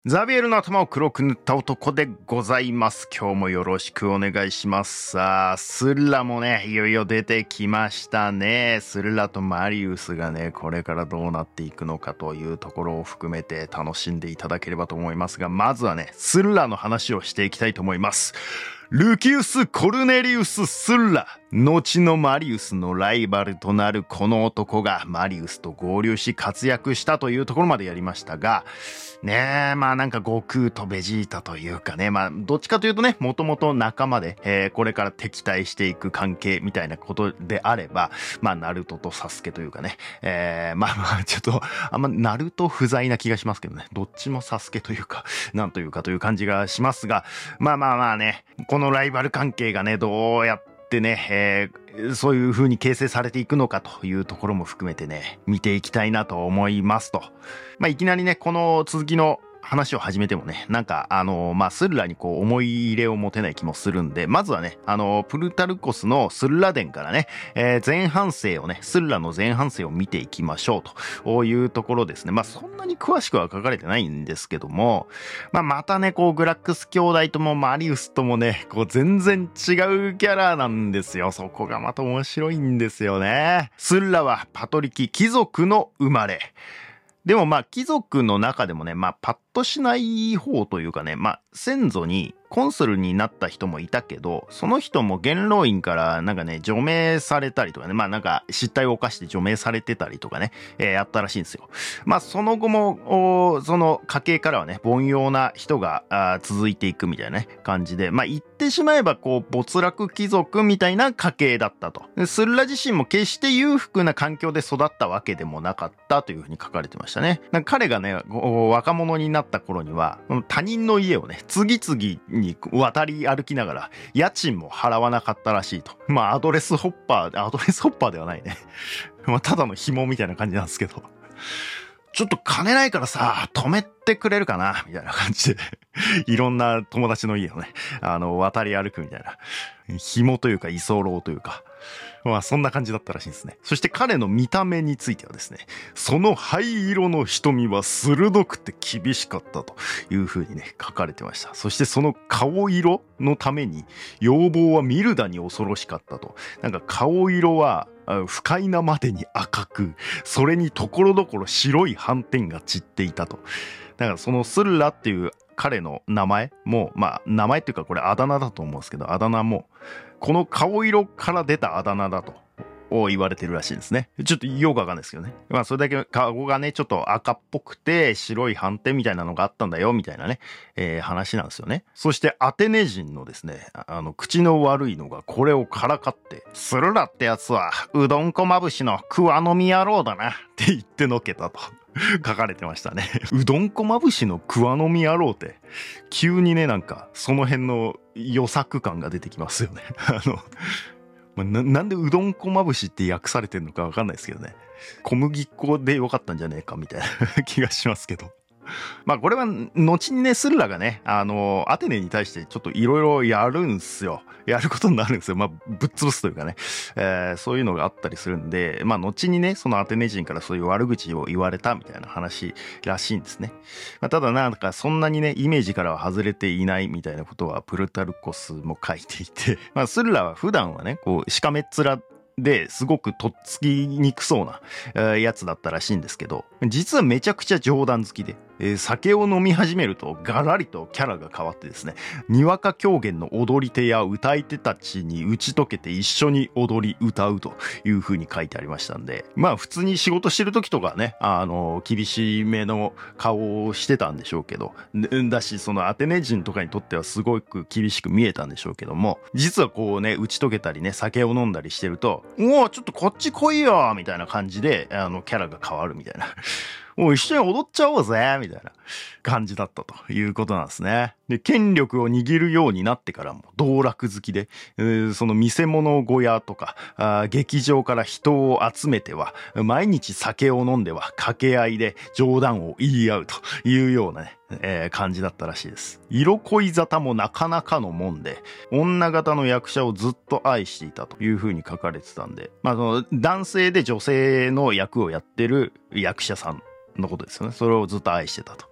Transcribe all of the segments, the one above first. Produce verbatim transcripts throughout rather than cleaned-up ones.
ザビエルの頭を黒く塗った男でございます。今日もよろしくお願いします。さあ、スッラもね、いよいよ出てきましたね。スッラとマリウスがね、これからどうなっていくのかというところを含めて楽しんでいただければと思いますが、まずはね、スッラの話をしていきたいと思います。ルキウス・コルネリウス・スッラ。後のマリウスのライバルとなるこの男がマリウスと合流し活躍したというところまでやりましたが、ねえ、まあなんか悟空とベジータというかね、まあどっちかというとね、もともと仲間で、えー、これから敵対していく関係みたいなことであれば、まあナルトとサスケというかね、えー、まあまあちょっとあんまナルト不在な気がしますけどね、どっちもサスケというか、なんというかという感じがしますが、まあまあまあね、このライバル関係がね、どうやってでね、えー、そういう風に形成されていくのかというところも含めてね、見ていきたいなと思いますと。まあ、いきなりね、この続きの話を始めてもね、なんか、あのー、まあ、スッラにこう、思い入れを持てない気もするんで、まずはね、あのー、プルタルコスのスッラ伝からね、えー、前半生をね、スッラの前半生を見ていきましょうというところですね。まあ、そんなに詳しくは書かれてないんですけども、まあ、またね、こう、グラックス兄弟ともマリウスともね、こう、全然違うキャラなんですよ。そこがまた面白いんですよね。スッラはパトリキ貴族の生まれ。でもまあ貴族の中でもね、まあパッとしない方というかね、まあ先祖にコンスルになった人もいたけど、その人も元老院からなんかね、除名されたりとかね、まあなんか失態を犯して除名されてたりとかね、えー、あったらしいんですよ。まあその後も、その家系からはね、凡庸な人が続いていくみたいなね、感じで、まあ言ってしまえばこう、没落貴族みたいな家系だったと。スッラ自身も決して裕福な環境で育ったわけでもなかったというふうに書かれてましたね。なんか彼がね、若者になった頃には、他人の家をね、次々に渡り歩きながら、家賃も払わなかったらしいと。まあ、アドレスホッパー、アドレスホッパーではないね。まあ、ただの紐みたいな感じなんですけど。ちょっと金ないからさ、止めてくれるかなみたいな感じで。いろんな友達の家をね、あの、渡り歩くみたいな。紐というか、居候というか。まあそんな感じだったらしいんですね。そして彼の見た目についてはですね、その灰色の瞳は鋭くて厳しかったという風にね、書かれてました。そしてその顔色のために、容貌はミルダに恐ろしかったと。なんか顔色は、不快なまでに赤く、それにところどころ白い斑点が散っていたと。だからそのスッラっていう彼の名前も、まあ名前っていうかこれあだ名だと思うんですけど、あだ名も、この顔色から出たあだ名だと言われてるらしいんですね。ちょっとよくわかんないですけどね。まあそれだけ顔がねちょっと赤っぽくて白い斑点みたいなのがあったんだよみたいなね、えー、話なんですよね。そしてアテネ人のですね、あの口の悪いのがこれをからかって、スルラってやつはうどんこまぶしのクワのみ野郎だなって言ってのけたと。書かれてましたね。うどんこまぶしのクワのみ野郎って、急にね、なんか、その辺の予作感が出てきますよね。あの、まあ、な, なんでうどんこまぶしって訳されてるのかわかんないですけどね。小麦粉でよかったんじゃねえかみたいな気がしますけど。まあこれは後にね、スッラがね、あの、アテネに対してちょっといろいろやるんすよ。やることになるんですよ。まあ、ぶっ潰すというかね、えー、そういうのがあったりするんで、まあ後にね、そのアテネ人からそういう悪口を言われたみたいな話らしいんですね。まあ、ただなんかそんなにね、イメージからは外れていないみたいなことはプルタルコスも書いていて、まあスッラは普段はね、こう、しかめっ面ですごくとっつきにくそうな、えー、やつだったらしいんですけど、実はめちゃくちゃ冗談好きで、えー、酒を飲み始めるとガラリとキャラが変わってですね、にわか狂言の踊り手や歌い手たちに打ち解けて一緒に踊り歌うという風に書いてありましたんで、まあ普通に仕事してる時とかね、あの厳しめの顔をしてたんでしょうけど、だしそのアテネ人とかにとってはすごく厳しく見えたんでしょうけども、実はこうね、打ち解けたりね、酒を飲んだりしてると、おおちょっとこっち来いよみたいな感じで、あのキャラが変わるみたいな。もう一緒に踊っちゃおうぜみたいな感じだったということなんですね。で、権力を握るようになってからも道楽好きで、えー、その見せ物小屋とかあ劇場から人を集めては毎日酒を飲んでは掛け合いで冗談を言い合うというようなね、えー、感じだったらしいです。色恋沙汰もなかなかのもんで、女型の役者をずっと愛していたという風に書かれてたんで、まあその男性で女性の役をやってる役者さんのことですよね。それをずっと愛してたと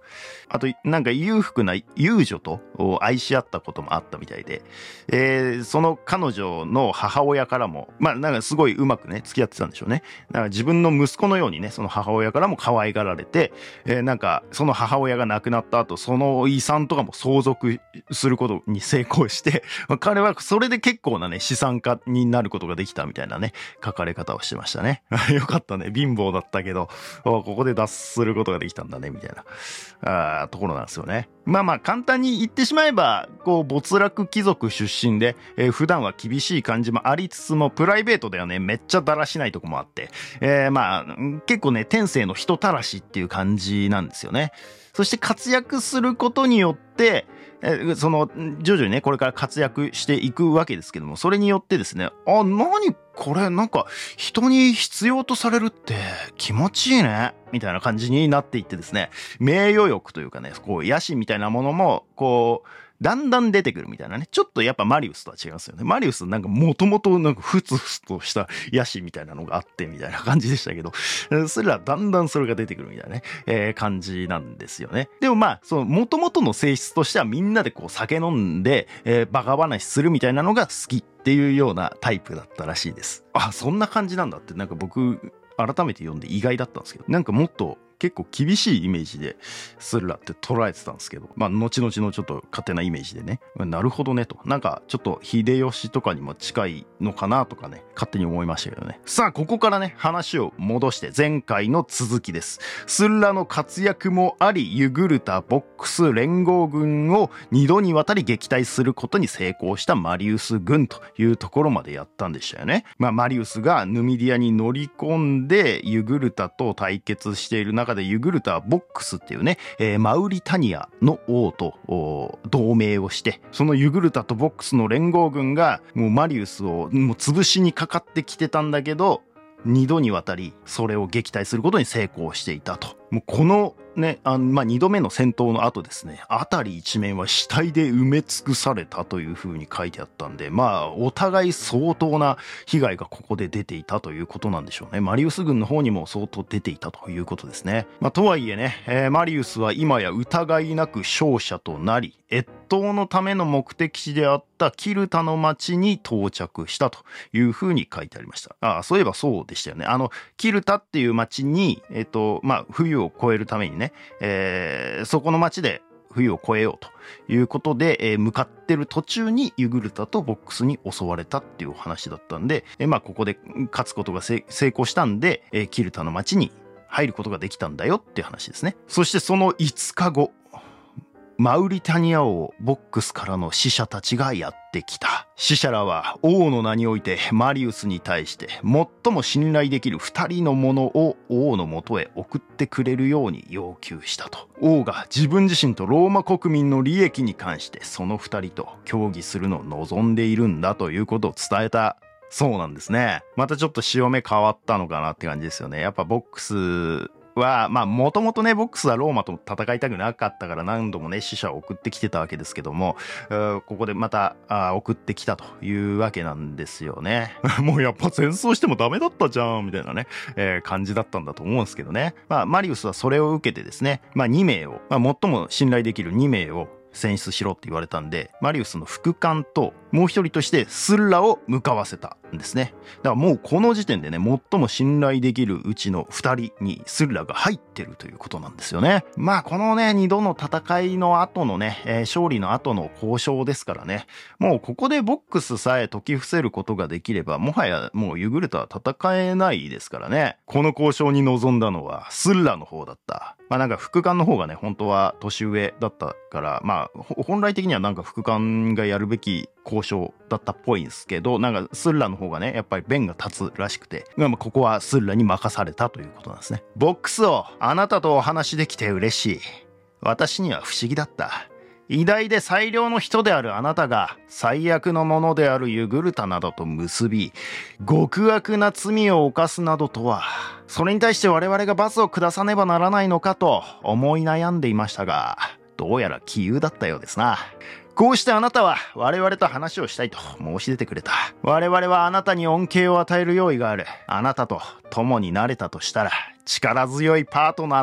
あとなんか裕福な遊女と愛し合ったこともあったみたいで、えー、その彼女の母親からもまあなんかすごいうまくね付き合ってたんでしょうね。だから自分の息子のようにねその母親からも可愛がられて、えー、なんかその母親が亡くなった後その遺産とかも相続することに成功して、まあ、彼はそれで結構なね資産家になることができたみたいなね書かれ方をしてましたね。よかったね、貧乏だったけどここで脱することができたんだねみたいなあところなんですよね。まあまあ簡単に言ってしまえばこう没落貴族出身で、えー、普段は厳しい感じもありつつもプライベートではねめっちゃだらしないとこもあって、えー、まあ結構ね天性の人たらしっていう感じなんですよね。そして活躍することによってえその徐々にねこれから活躍していくわけですけども、それによってですね、あ、何これなんか人に必要とされるって気持ちいいねみたいな感じになっていってですね、名誉欲というかね、こう野心みたいなものもこうだんだん出てくるみたいなね。ちょっとやっぱマリウスとは違いますよね。マリウスなんかもともとなんかふつふつとした野心みたいなのがあってみたいな感じでしたけど、それらだんだんそれが出てくるみたいなね、えー、感じなんですよね。でもまあ、その元々の性質としてはみんなでこう酒飲んで、えー、バカ話するみたいなのが好きっていうようなタイプだったらしいです。あ、そんな感じなんだってなんか僕改めて読んで意外だったんですけど、なんかもっと結構厳しいイメージでスルラって捉えてたんですけど、まあ後々のちょっと勝手なイメージでね、なるほどねと、なんかちょっと秀吉とかにも近いのかなとかね勝手に思いましたけどね。さあここからね話を戻して前回の続きです。スルラの活躍もありユグルタ・ボックス連合軍をにどにわたり撃退することに成功したマリウス軍というところまでやったんでしたよね。まあマリウスがヌミディアに乗り込んでユグルタと対決している中でユグルタはボックスっていうね、えー、マウリタニアの王と同盟をして、そのユグルタとボックスの連合軍がもうマリウスをもう潰しにかかってきてたんだけど、二度にわたりそれを撃退することに成功していたと。もうこのね、あのまあ、二度目の戦闘の後ですね、辺り一面は死体で埋め尽くされたという風に書いてあったんで、まあお互い相当な被害がここで出ていたということなんでしょうね。マリウス軍の方にも相当出ていたということですね。まあとはいえね、えー、マリウスは今や疑いなく勝者となり、越冬のための目的地であったキルタの町に到着したという風に書いてありました。ああ、そういえばそうでしたよね。あのキルタっていう町にえっとまあ冬を越えるためにね、えー、そこの町で冬を越えようということで、えー、向かってる途中にユグルタとボックスに襲われたっていう話だったんで、えー、まあここで勝つことが成功したんで、えー、キルタの町に入ることができたんだよっていう話ですね。そしてそのいつかご、マウリタニア王ボックスからの使者たちがやってきた。使者らは王の名においてマリウスに対して最も信頼できる二人の者を王のもとへ送ってくれるように要求したと。王が自分自身とローマ国民の利益に関してその二人と協議するのを望んでいるんだということを伝えたそうなんですね。またちょっと潮目変わったのかなって感じですよね。やっぱボックスは、まあ、もともとね、ボックスはローマと戦いたくなかったから何度もね、死者を送ってきてたわけですけども、ここでまた送ってきたというわけなんですよね。もうやっぱ戦争してもダメだったじゃん、みたいなね、えー、感じだったんだと思うんですけどね。まあ、マリウスはそれを受けてですね、まあ、にめいを、まあ、最も信頼できるにめいを選出しろって言われたんで、マリウスの副官ともう一人としてスルラを向かわせたんですね。だからもうこの時点でね、最も信頼できるうちの二人にスルラが入ってるということなんですよね。まあこのね、二度の戦いの後のね、えー、勝利の後の交渉ですからね、もうここでボックスさえ解き伏せることができれば、もはやもうユグルタは戦えないですからね。この交渉に臨んだのはスルラの方だった。まあなんか副官の方がね、本当は年上だったから、まあ本来的にはなんか副官がやるべき交渉だったっぽいんですけど、なんかスルラの方がねやっぱり弁が立つらしくて、まあ、ここはスルラに任されたということなんですね。ボックスをあなたとお話できて嬉しい。私には不思議だった。偉大で最良の人であるあなたが最悪のものであるユグルタなどと結び極悪な罪を犯すなどとは、それに対して我々が罰を下さねばならないのかと思い悩んでいましたが、どうやら杞憂だったようですな。こうしてあなたは我々と話をしたいと申し出てくれた。我々はあなたに恩恵を与える用意がある。あなたと共になれたとしたら力強いパートナーと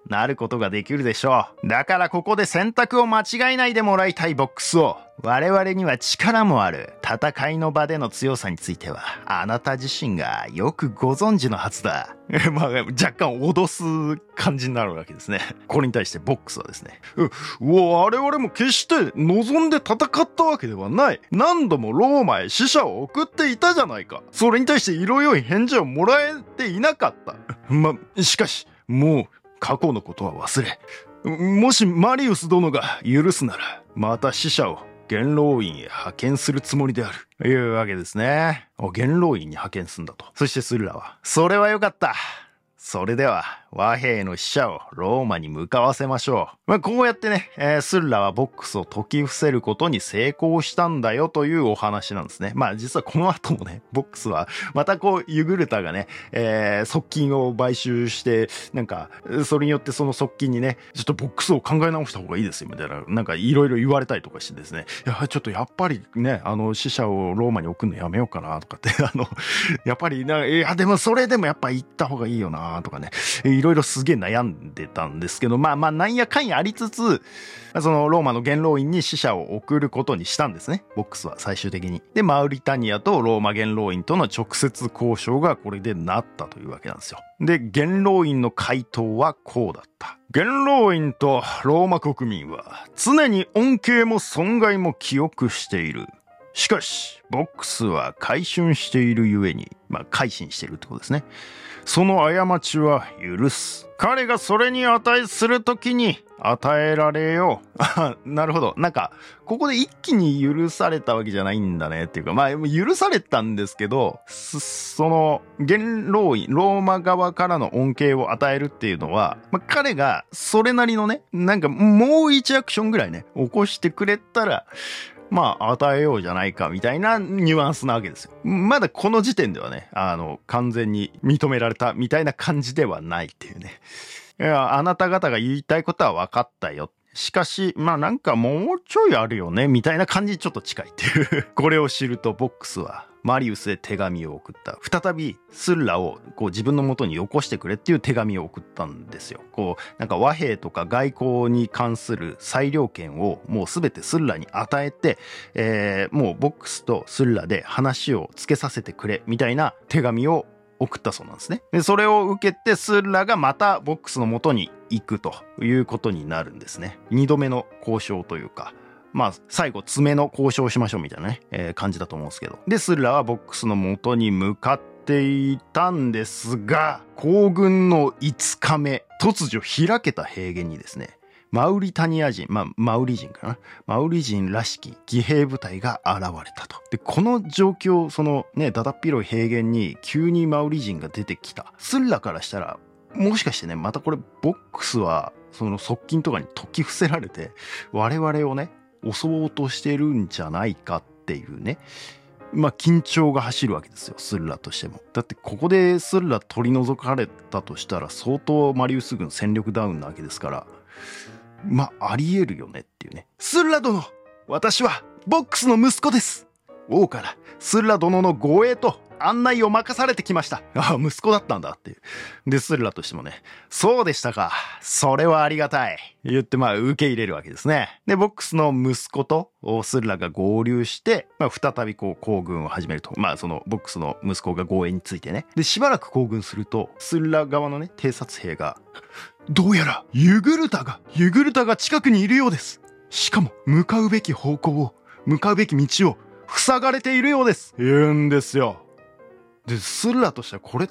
なることができるでしょう。だからここで選択を間違えないでもらいたいボックスを。我々には力もある。戦いの場での強さについては、あなた自身がよくご存知のはずだ。まあ、若干脅す感じになるわけですね。これに対してボックスはですね、う、うわ、我々も決して望んで戦ったわけではない。何度もローマへ使者を送っていたじゃないか。それに対して色良い返事をもらえていなかった。ま、しかし、もう過去のことは忘れ。もしマリウス殿が許すなら、また使者を元老院へ派遣するつもりである。いうわけですね。元老院に派遣すんだと。そしてスルラは、それはよかった。それでは和平の使者をローマに向かわせましょう。まあ、こうやってね、えー、スルラはボックスを解き伏せることに成功したんだよというお話なんですね。まあ実はこの後もね、ボックスはまたこうユグルタがね、えー、側近を買収して、なんかそれによってその側近にね、ちょっとボックスを考え直した方がいいですよみたいな、なんかいろいろ言われたりとかしてですね、いやちょっとやっぱりね、あの使者をローマに送るのやめようかなとかってあのやっぱりないやでもそれでもやっぱ行った方がいいよなとかね。いろいろすげえ悩んでたんですけど、まあまあなんやかんやありつつ、そのローマの元老院に使者を送ることにしたんですね、ボックスは最終的に。で、マウリタニアとローマ元老院との直接交渉がこれでなったというわけなんですよ。で、元老院の回答はこうだった。元老院とローマ国民は常に恩恵も損害も記憶している。しかし、ボックスは改悛しているゆえに、まあ改心しているってことですね。その過ちは許す。彼がそれに値するときに与えられよう。あ、なるほど。なんか、ここで一気に許されたわけじゃないんだねっていうか、まあ、許されたんですけど、その、元老院、ローマ側からの恩恵を与えるっていうのは、まあ、彼がそれなりのね、なんかもう一アクションぐらいね、起こしてくれたら、まあ、与えようじゃないかみたいなニュアンスなわけですよ。まだこの時点ではね、あの、完全に認められたみたいな感じではないっていうね。いや、あなた方が言いたいことは分かったよ。しかし、まあなんかもうちょいあるよね、みたいな感じにちょっと近いっていう。これを知るとボックスは、マリウスへ手紙を送った。再びスルラをこう自分の元によこしてくれっていう手紙を送ったんですよ。こうなんか和平とか外交に関する裁量権をもうすべてスルラに与えて、えー、もうボックスとスルラで話をつけさせてくれみたいな手紙を送ったそうなんですね。で、それを受けてスルラがまたボックスの元に行くということになるんですね。二度目の交渉というか。まあ、最後、詰めの交渉をしましょうみたいなね、えー、感じだと思うんですけど。で、スルラはボックスの元に向かっていたんですが、行軍のいつかめ、突如開けた平原にですね、マウリタニア人、まあ、マウリ人かな。マウリ人らしき騎兵部隊が現れたと。で、この状況、そのね、だだっ広い平原に急にマウリ人が出てきた。スルラからしたら、もしかしてね、またこれ、ボックスは、その側近とかに解き伏せられて、我々をね、襲おうとしてるんじゃないかっていうね。まあ緊張が走るわけですよ、スルラとしても。だってここでスルラ取り除かれたとしたら相当マリウス軍戦力ダウンなわけですから、まああり得るよねっていうね。スルラ殿、私はボックスの息子です。王からスルラ殿の護衛と案内を任されてきました。ああ、息子だったんだっていう。で、スルラとしてもね、そうでしたか。それはありがたい。言って、まあ、受け入れるわけですね。で、ボックスの息子とスルラが合流して、まあ、再びこう、行軍を始めると。まあ、その、ボックスの息子が護衛についてね。で、しばらく行軍すると、スルラ側のね、偵察兵が、どうやら、ユグルタが、ユグルタが近くにいるようです。しかも、向かうべき方向を、向かうべき道を、塞がれているようです。言うんですよ。で、スルラとしてはこれって、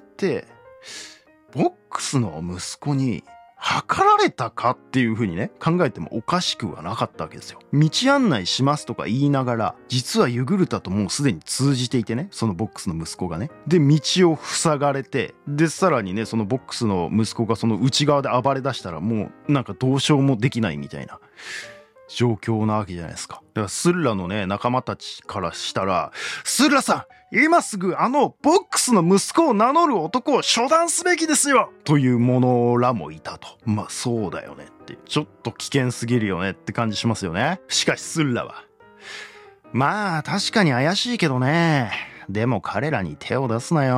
ボックスの息子に計られたかっていう風にね、考えてもおかしくはなかったわけですよ。道案内しますとか言いながら、実はユグルタともうすでに通じていてね、そのボックスの息子がね。で、道を塞がれて、で、さらにね、そのボックスの息子がその内側で暴れ出したらもうなんかどうしようもできないみたいな状況なわけじゃないですか。だからスルラのね、仲間たちからしたら、スルラさん、今すぐあのボックスの息子を名乗る男を処断すべきですよという者らもいたと。まあそうだよねって。ちょっと危険すぎるよねって感じしますよね。しかしスルラは、まあ確かに怪しいけどね。でも彼らに手を出すなよ。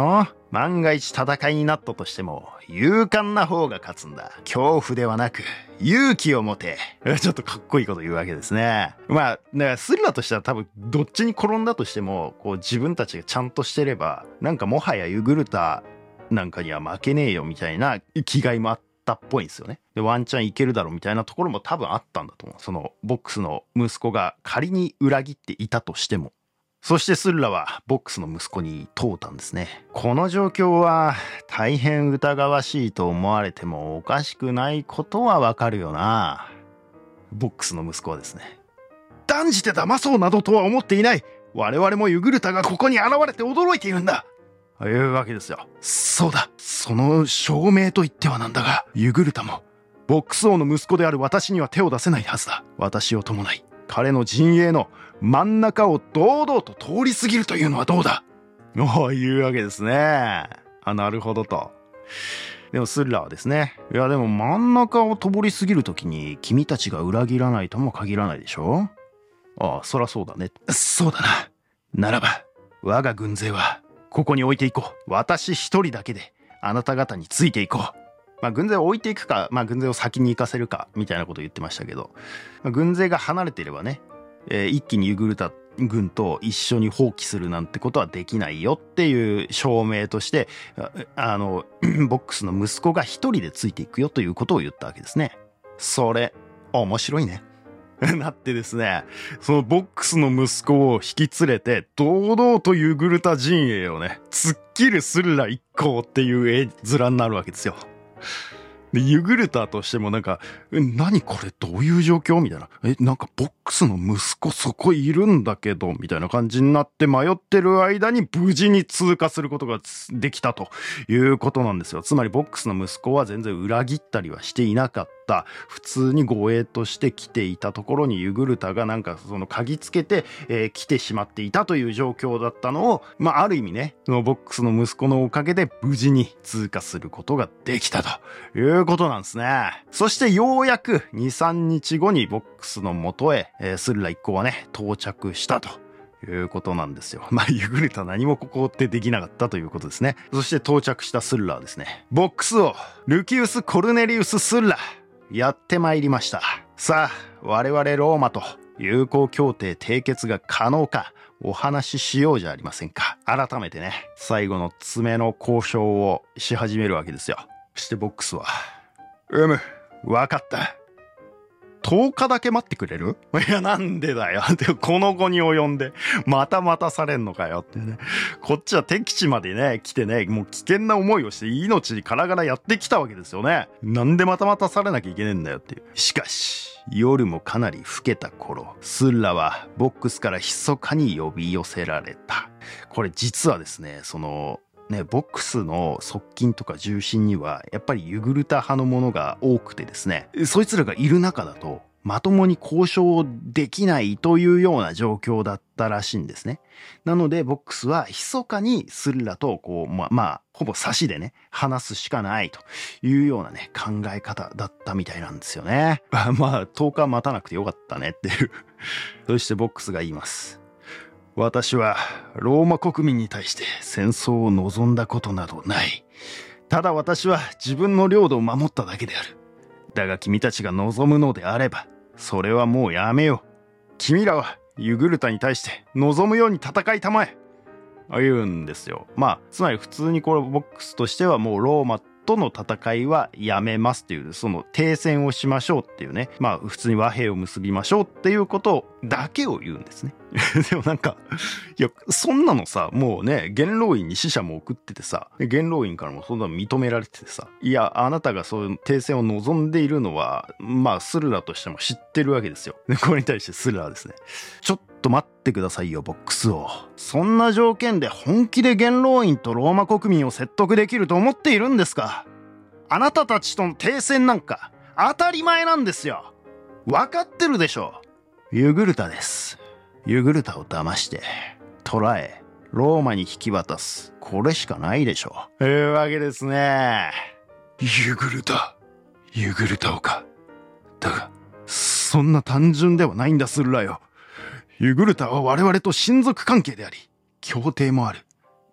万が一戦いになったとしても、勇敢な方が勝つんだ。恐怖ではなく、勇気を持て。ちょっとかっこいいこと言うわけですね。まあ、だからスルラとしては多分、どっちに転んだとしても、こう自分たちがちゃんとしてれば、なんかもはやユグルタなんかには負けねえよみたいな気概もあったっぽいんですよね。で、ワンチャンいけるだろうみたいなところも多分あったんだと思う。その、ボックスの息子が仮に裏切っていたとしても。そしてスルラはボックスの息子に問うたんですね。この状況は大変疑わしいと思われてもおかしくないことはわかるよな。ボックスの息子はですね。断じて騙そうなどとは思っていない。我々もユグルタがここに現れて驚いているんだ。というわけですよ。そうだ。その証明と言ってはなんだが、ユグルタもボックス王の息子である私には手を出せないはずだ。私を伴い、彼の陣営の真ん中を堂々と通り過ぎるというのはどうだ。というわけですね。あ、なるほどと。でもスルラはですね、いやでも真ん中を通り過ぎるときに君たちが裏切らないとも限らないでしょ。ああ、そらそうだね。そうだな。ならば、我が軍勢はここに置いていこう。私一人だけであなた方についていこう。まあ軍勢を置いていくか、まあ軍勢を先に行かせるか、みたいなことを言ってましたけど、まあ、軍勢が離れていればね、えー、一気にユグルタ軍と一緒に放棄するなんてことはできないよっていう証明として、あの、ボックスの息子が一人でついていくよということを言ったわけですね。それ、面白いね。なってですね、そのボックスの息子を引き連れて、堂々とユグルタ陣営をね、突っ切るスルラ一行っていう絵面になるわけですよ。で、ユグルタとしてもなんか、え、何これどういう状況みたいな。え、なんかボックスの息子そこいるんだけど、みたいな感じになって迷ってる間に無事に通過することができたということなんですよ。つまりボックスの息子は全然裏切ったりはしていなかった。普通に護衛として来ていたところにユグルタがなんかその嗅ぎつけて、えー、来てしまっていたという状況だったのを、まあある意味ね、そのボックスの息子のおかげで無事に通過することができたということなんですね。そしてようやくに、さんにちごにボックスの元へ、えー、スルラ一行はね、到着したということなんですよ。まあ、ユグルタ何もここってできなかったということですね。そして到着したスルラはですね、ボックス王、ルキウス・コルネリウス・スルラ、やってまいりました。さあ、我々ローマと友好協定締結が可能か、お話ししようじゃありませんか。改めてね、最後の詰めの交渉をし始めるわけですよ。そしてボックスは、うむ、わかった。とおかだけ待ってくれる？いや、なんでだよ。この後に及んで、また待たされんのかよってね。こっちは敵地までね、来てね、もう危険な思いをして命にからがらやってきたわけですよね。なんでまた待たされなきゃいけねえんだよっていう。しかし、夜もかなり更けた頃、スルラはボックスから密かに呼び寄せられた。これ実はですね、その、ね、ボックスの側近とか重臣にはやっぱりユグルタ派のものが多くてですね、そいつらがいる中だとまともに交渉できないというような状況だったらしいんですね。なのでボックスは密かにスルラとこう、ま、まあほぼ差しでね話すしかないというようなね考え方だったみたいなんですよね。まあとおか待たなくてよかったねっていう。そしてボックスが言います。私はローマ国民に対して戦争を望んだことなどない。ただ私は自分の領土を守っただけである。だが君たちが望むのであれば、それはもうやめよう。君らはユグルタに対して望むように戦いたまえ。あ言うんですよ。まあ、つまり普通にこれボックスとしてはもうローマとの戦いはやめますっていう、その停戦をしましょうっていうね、まあ普通に和平を結びましょうっていうことだけを言うんですね。でもなんか、いや、そんなのさ、もうね、元老院に使者も送っててさ、元老院からもそんなの認められててさ、いや、あなたがそういう停戦を望んでいるのは、まあスルラとしても知ってるわけですよ。でこれに対してスルラはですね、ちょっと待ってくださいよ、ボックス王。そんな条件で本気で元老院とローマ国民を説得できると思っているんですか？あなたたちとの停戦なんか当たり前なんですよ。わかってるでしょ。ユグルタです。ユグルタを騙して捕らえローマに引き渡す、これしかないでしょう。というわけですね。ユグルタユグルタをか。だがそんな単純ではないんだスルラよ。ユグルタは我々と親族関係であり協定もある。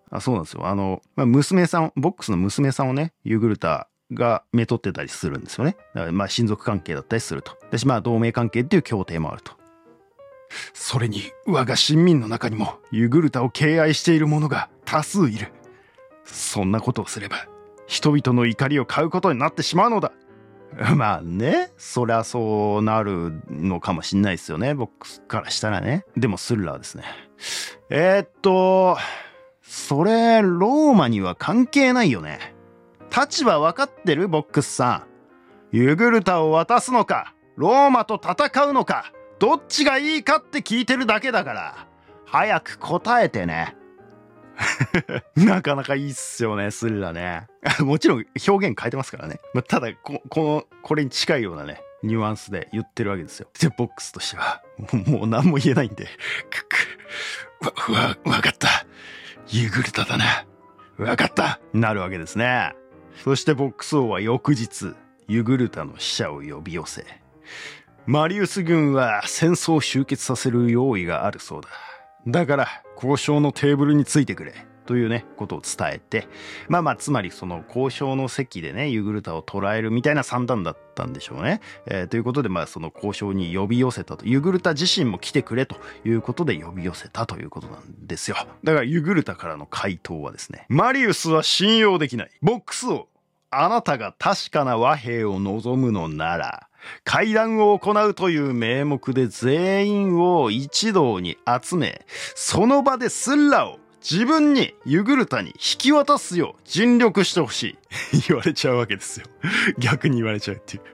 あ、そうなんですよ。あの、まあ、娘さん、ボックスの娘さんをね、ユグルタがめとってたりするんですよね。だからまあ親族関係だったりすると。だしまあ同盟関係っていう協定もあると。それに我が臣民の中にもユグルタを敬愛している者が多数いる。そんなことをすれば人々の怒りを買うことになってしまうのだ。まあね、そりゃそうなるのかもしんないですよね、僕からしたらね。でもスルラーですね。えー、っと、それローマには関係ないよね。立場分かってるボックスさん。ユグルタを渡すのか、ローマと戦うのか、どっちがいいかって聞いてるだけだから、早く答えてね。なかなかいいっすよね、スルラね。もちろん表現変えてますからね。まあ、ただこ、この、これに近いようなね、ニュアンスで言ってるわけですよ。で、ボックスとしては、もう、もう何も言えないんで、くく、わ、わ、わかった。ユグルタだな。わかった。なるわけですね。そしてボックス王は翌日、ユグルタの使者を呼び寄せ、マリウス軍は戦争を終結させる用意があるそうだ。だから交渉のテーブルについてくれというねことを伝えて、まあまあつまりその交渉の席でねユグルタを捕らえるみたいな算段だったんでしょうね。えー、ということでまあその交渉に呼び寄せたと、ユグルタ自身も来てくれということで呼び寄せたということなんですよ。だからユグルタからの回答はですね、マリウスは信用できない。ボックスをあなたが確かな和平を望むのなら、会談を行うという名目で全員を一堂に集め、その場でスッラを自分にユグルタに引き渡すよう尽力してほしい。言われちゃうわけですよ。逆に言われちゃうっていう。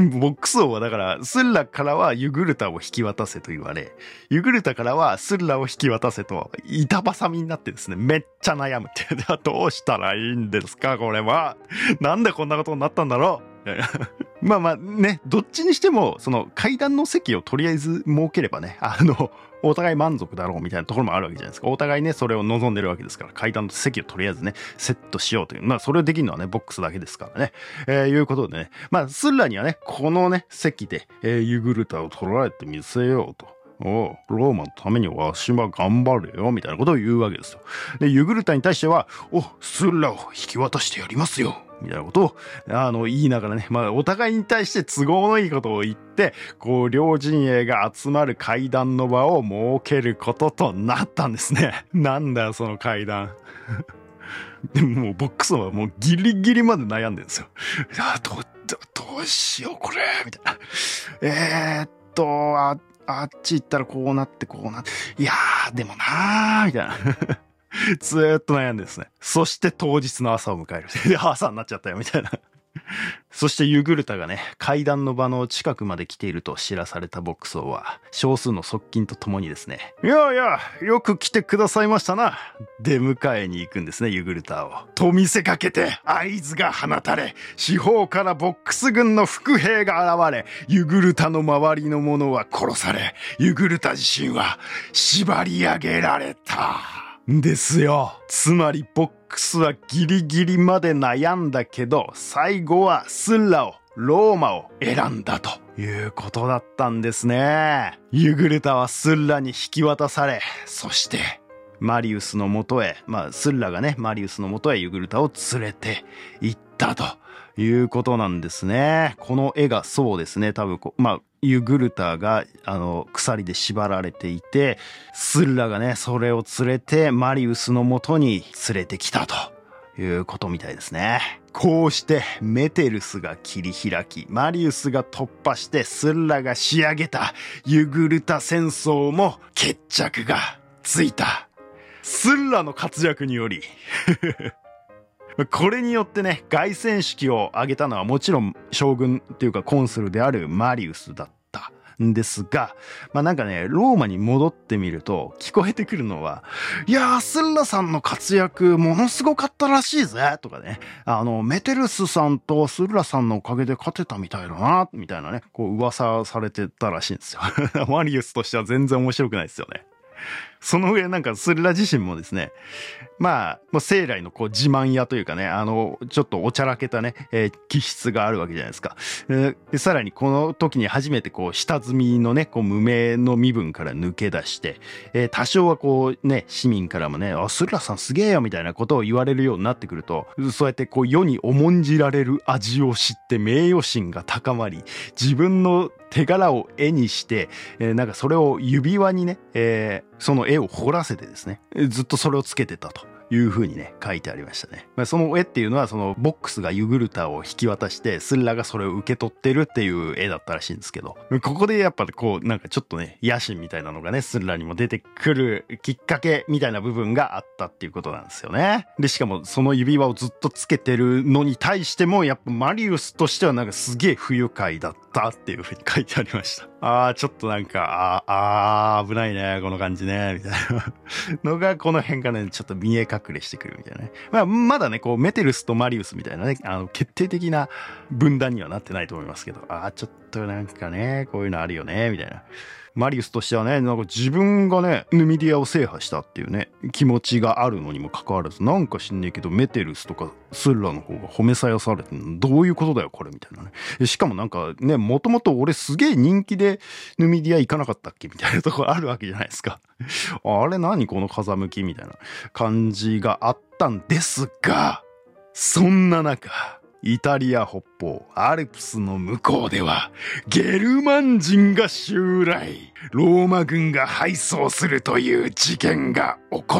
ボックス王はだからスッラからはユグルタを引き渡せと言われ、ユグルタからはスッラを引き渡せと板挟みになってですね、めっちゃ悩むって。どうしたらいいんですかこれは。なんでこんなことになったんだろう。まあまあね、どっちにしてもその会談の席をとりあえず設ければね、あのお互い満足だろうみたいなところもあるわけじゃないですか。お互いねそれを望んでるわけですから、会談の席をとりあえずねセットしようという、まあそれをできるのはねボックスだけですからね、えー、いうことでね、まあスッラにはねこのね席で、えー、ユグルタを捉えてみせようと。おうローマのためにわしは頑張るよみたいなことを言うわけですよ。でユグルタに対しては、おスッラを引き渡してやりますよみたいなことをあの言いながらね、まあお互いに対して都合のいいことを言って、こう両陣営が集まる会談の場を設けることとなったんですね。なんだよその会談。でももうボックスはもうギリギリまで悩んでるんですよ。あどどどうしようこれみたいな。えー、っとああっち行ったらこうなってこうなって、いやーでもなーみたいな。ずーっと悩んでですね。そして当日の朝を迎える。で、朝になっちゃったよみたいな。そしてユグルタがね、会談の場の近くまで来ていると知らされたボックス王は、少数の側近と共にですね、いやいや、よく来てくださいましたな。出迎えに行くんですね、ユグルタを。と見せかけて合図が放たれ、四方からボックス軍の伏兵が現れ、ユグルタの周りの者は殺され、ユグルタ自身は縛り上げられた。ですよ。つまりボックスはギリギリまで悩んだけど、最後はスッラを、ローマを選んだということだったんですね。ユグルタはスッラに引き渡され、そしてマリウスの元へ、まあスッラがね、マリウスの元へユグルタを連れて行ったということなんですね。この絵がそうですね。多分こう、まあユグルタがあの鎖で縛られていて、スッラがねそれを連れてマリウスの元に連れてきたということみたいですね。こうしてメテルスが切り開き、マリウスが突破してスッラが仕上げたユグルタ戦争も決着がついた。スッラの活躍によりこれによってね、凱旋式を挙げたのはもちろん将軍っていうかコンスルであるマリウスだったんですが、まあなんかね、ローマに戻ってみると聞こえてくるのは、いやー、スッラさんの活躍ものすごかったらしいぜとかね、あの、メテルスさんとスッラさんのおかげで勝てたみたいだな、みたいなね、こう噂されてたらしいんですよ。マリウスとしては全然面白くないですよね。 その上なんかスルラ自身もですね、まあ、もう生来のこう自慢屋というかね、あの、ちょっとおちゃらけたね、えー気質があるわけじゃないですか。えーでさらにこの時に初めてこう下積みのね、こう無名の身分から抜け出して、えー多少はこうね、市民からもね、あ、スルラさんすげえよみたいなことを言われるようになってくると、そうやってこう世に重んじられる味を知って名誉心が高まり、自分の手柄を絵にして、えーなんかそれを指輪にね、えーその絵を彫らせてですね、えーずっとそれをつけてたという風にね、書いてありましたね。まあ、その絵っていうのは、そのボックスがユグルタを引き渡して、スルラがそれを受け取ってるっていう絵だったらしいんですけど、ここでやっぱこう、なんかちょっとね、野心みたいなのがね、スルラにも出てくるきっかけみたいな部分があったっていうことなんですよね。で、しかもその指輪をずっとつけてるのに対しても、やっぱマリウスとしてはなんかすげえ不愉快だったっていう風に書いてありました。あー、ちょっとなんか、あー、あー危ないね、この感じね、みたいなのが、この辺がね、ちょっと見え隠れしてくるみたいなね。まあ、まだね、こう、メテルスとマリウスみたいなね、あの、決定的な分断にはなってないと思いますけど、あー、ちょっとなんかね、こういうのあるよね、みたいな。マリウスとしてはね、なんか自分がね、ヌミディアを制覇したっていうね、気持ちがあるのにもかかわらず、なんか知んねえけど、メテルスとかスルラの方が褒めさやされてるの、どういうことだよ、これ、みたいなね。しかもなんかね、もともと俺すげえ人気でヌミディア行かなかったっけみたいなところあるわけじゃないですか。あれ何この風向きみたいな感じがあったんですが、そんな中、イタリア北方、アルプスの向こうでは、ゲルマン人が襲来。ローマ軍が敗走するという事件が起こった。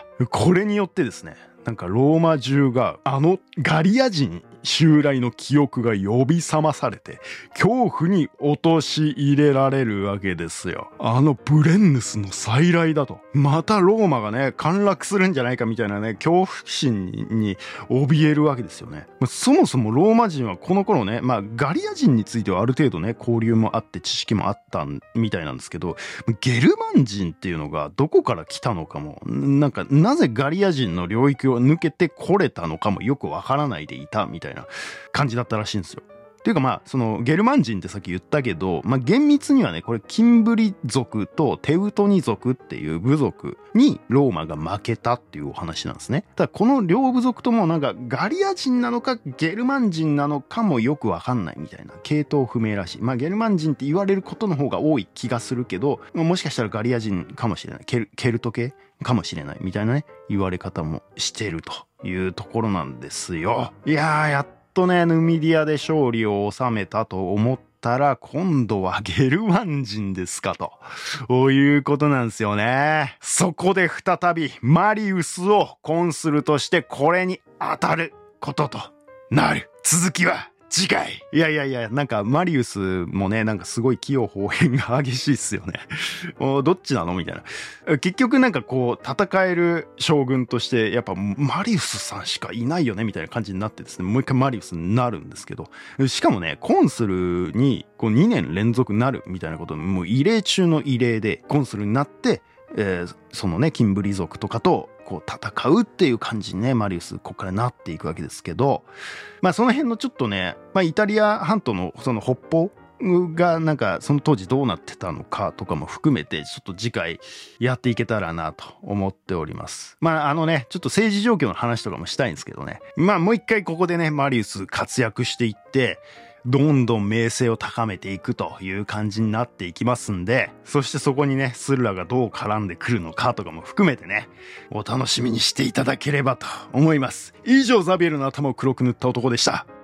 これによってですね、なんかローマ中があのガリア人襲来の記憶が呼び覚まされて、恐怖に陥れられるわけですよ。あのブレンヌスの再来だと。またローマがね、陥落するんじゃないかみたいなね、恐怖心に怯えるわけですよね。そもそもローマ人はこの頃ね、まあガリア人についてはある程度ね、交流もあって知識もあったみたいなんですけど、ゲルマン人っていうのがどこから来たのかも、なんかなぜガリア人の領域を抜けてこれたのかもよくわからないでいたみたいな感じだったらしいんですよ。っていうかまあ、そのゲルマン人ってさっき言ったけど、まあ厳密にはね、これキンブリ族とテウトニ族っていう部族にローマが負けたっていうお話なんですね。ただこの両部族ともなんかガリア人なのかゲルマン人なのかもよくわかんないみたいな、系統不明らしい。まあゲルマン人って言われることの方が多い気がするけど、もしかしたらガリア人かもしれない。ケル、ケルト系かもしれないみたいなね、言われ方もしてるというところなんですよ。いやー、やっとね、ヌミディアで勝利を収めたと思ったら、今度はゲルマン人ですかと。そういうことなんですよね。そこで再びマリウスをコンスルとしてこれに当たることとなる。続きは次回。いやいやいや、なんかマリウスもね、なんかすごい器用方変が激しいっすよね。どっちなのみたいな。結局なんかこう、戦える将軍として、やっぱマリウスさんしかいないよねみたいな感じになってですね、もう一回マリウスになるんですけど、しかもね、コンスルにこうにねん連続なるみたいなこと、もう異例中の異例で、コンスルになって、えー、そのね、キンブリ族とかと、こう戦うっていう感じにね、マリウスここからなっていくわけですけど、まあその辺のちょっとね、まあイタリア半島のその北方がなんかその当時どうなってたのかとかも含めてちょっと次回やっていけたらなと思っております。まああのね、ちょっと政治状況の話とかもしたいんですけどね、まあもう一回ここでね、マリウス活躍していって、どんどん名声を高めていくという感じになっていきますんで、そしてそこにね、スルラがどう絡んでくるのかとかも含めてね、お楽しみにしていただければと思います。以上、ザビエルの頭を黒く塗った男でした。